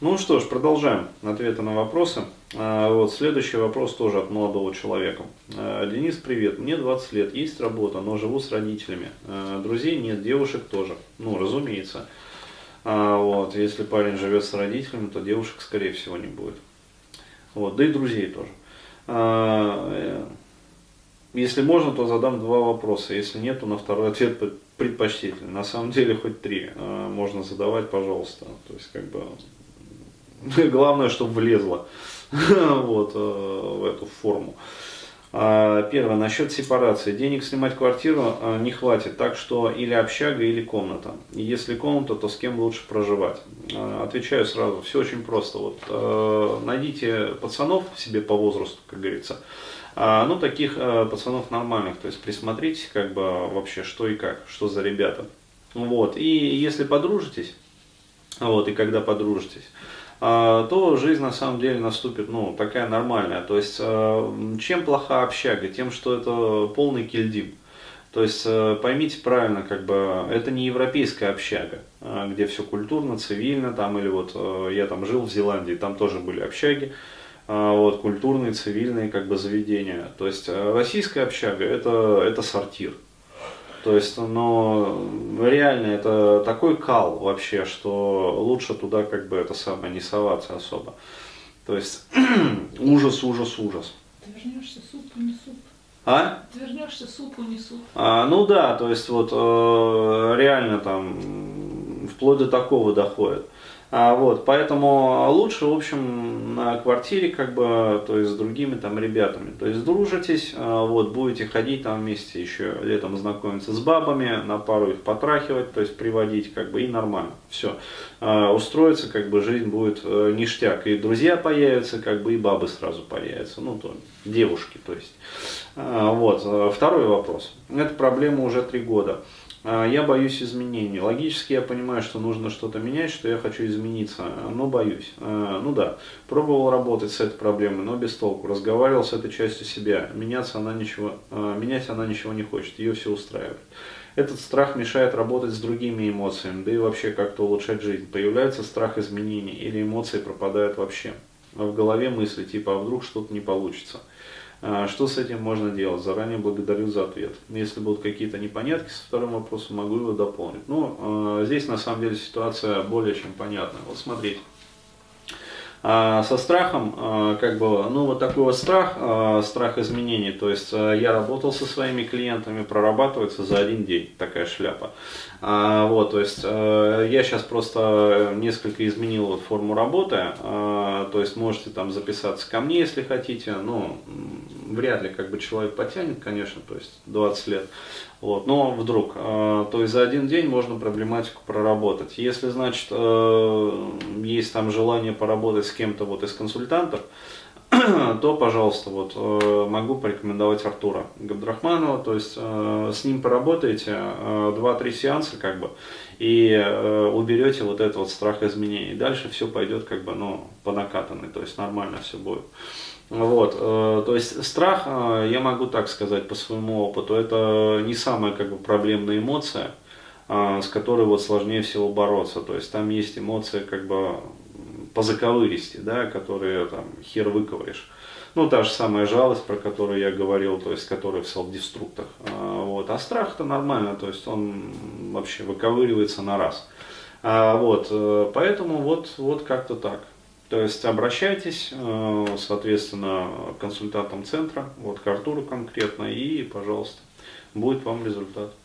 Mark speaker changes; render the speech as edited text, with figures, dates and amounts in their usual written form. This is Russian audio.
Speaker 1: Ну что ж, продолжаем ответы на вопросы. Вот следующий вопрос тоже от молодого человека. Денис, привет. Мне 20 лет, есть работа, но живу с родителями. Друзей нет, девушек тоже. Ну, разумеется. Вот, если парень живет с родителями, то девушек, скорее всего, не будет. Вот, да и друзей тоже. Если можно, то задам два вопроса. Если нет, то на второй ответ предпочтительный. На самом деле, хоть три можно задавать, пожалуйста. То есть, как бы, главное, чтобы влезло вот, в эту форму. Первое, насчет сепарации. Денег снимать квартиру не хватит, так что или общага, или комната. И если комната, то с кем лучше проживать? Отвечаю сразу, все очень просто. Вот, найдите пацанов себе по возрасту, как говорится. Ну, таких пацанов нормальных, то есть присмотритесь, как бы, вообще, что и как, что за ребята. Вот, и если подружитесь, вот, и когда подружитесь, то жизнь на самом деле наступит, ну, такая нормальная. То есть, чем плоха общага? Тем, что это полный кильдим. То есть, поймите правильно, как бы, это не европейская общага, где все культурно, цивильно, там, или вот, я там жил в Зеландии, там тоже были общаги, вот, культурные, цивильные, как бы, заведения. То есть, российская общага это сортир. То есть, но реально это такой кал вообще, что лучше туда, как бы, это самое, не соваться особо. То есть ужас, ужас, ужас.
Speaker 2: Ты вернешься, супу не суп.
Speaker 1: А?
Speaker 2: Ты вернешься, супу не суп.
Speaker 1: Ну да, то есть вот реально там вплоть до такого доходит. Вот, поэтому лучше, в общем, на квартире, как бы, то есть с другими там ребятами. То есть дружитесь, вот, будете ходить там вместе, еще летом знакомиться с бабами, на пару их потрахивать, то есть приводить, как бы, и нормально. Все. Устроиться, как бы, жизнь будет ништяк. И друзья появятся, как бы, и бабы сразу появятся. Ну, то, девушки, то есть. Вот. Второй вопрос. Это проблема уже 3 года. Я боюсь изменений. Логически я понимаю, что нужно что-то менять, что я хочу измениться, но боюсь. Ну да, пробовал работать с этой проблемой, но без толку. Разговаривал с этой частью себя. Менять она ничего не хочет, ее все устраивает. Этот страх мешает работать с другими эмоциями, да и вообще как-то улучшать жизнь. Появляется страх изменений или эмоции пропадают вообще. А в голове мысли типа, а вдруг что-то не получится. Что с этим можно делать? Заранее благодарю за ответ. Если будут какие-то непонятки со вторым вопросом, могу его дополнить. Ну, здесь на самом деле ситуация более чем понятная. Вот смотрите. Со страхом, как бы, ну вот такой вот страх, страх изменений, то есть я работал со своими клиентами, прорабатывается за 1 день, такая шляпа. Вот, то есть я сейчас просто несколько изменил вот форму работы, то есть можете там записаться ко мне, если хотите, ну, вряд ли как бы человек потянет, конечно, то есть 20 лет. Вот, но вдруг, то есть за 1 день можно проблематику проработать. Если, значит, есть там желание поработать с кем-то вот из консультантов, то, пожалуйста, вот могу порекомендовать Артура Габдрахманова, то есть с ним поработаете 2-3 сеанса, как бы, и уберете вот этот вот страх изменений. Дальше все пойдет, как бы, ну, по накатанной, то есть нормально все будет. Вот, то есть страх, я могу так сказать по своему опыту, это не самая, как бы, проблемная эмоция, с которой вот сложнее всего бороться. То есть там есть эмоции, как бы, по заковыристи, да, которые там хер выковыришь. Ну, та же самая жалость, про которую я говорил, то есть, которая в селф-деструктах. Вот. А страх это нормально, то есть он вообще выковыривается на раз. Вот. Поэтому вот как-то так. То есть обращайтесь, соответственно, к консультантам центра, вот к Артуру конкретно, и, пожалуйста, будет вам результат.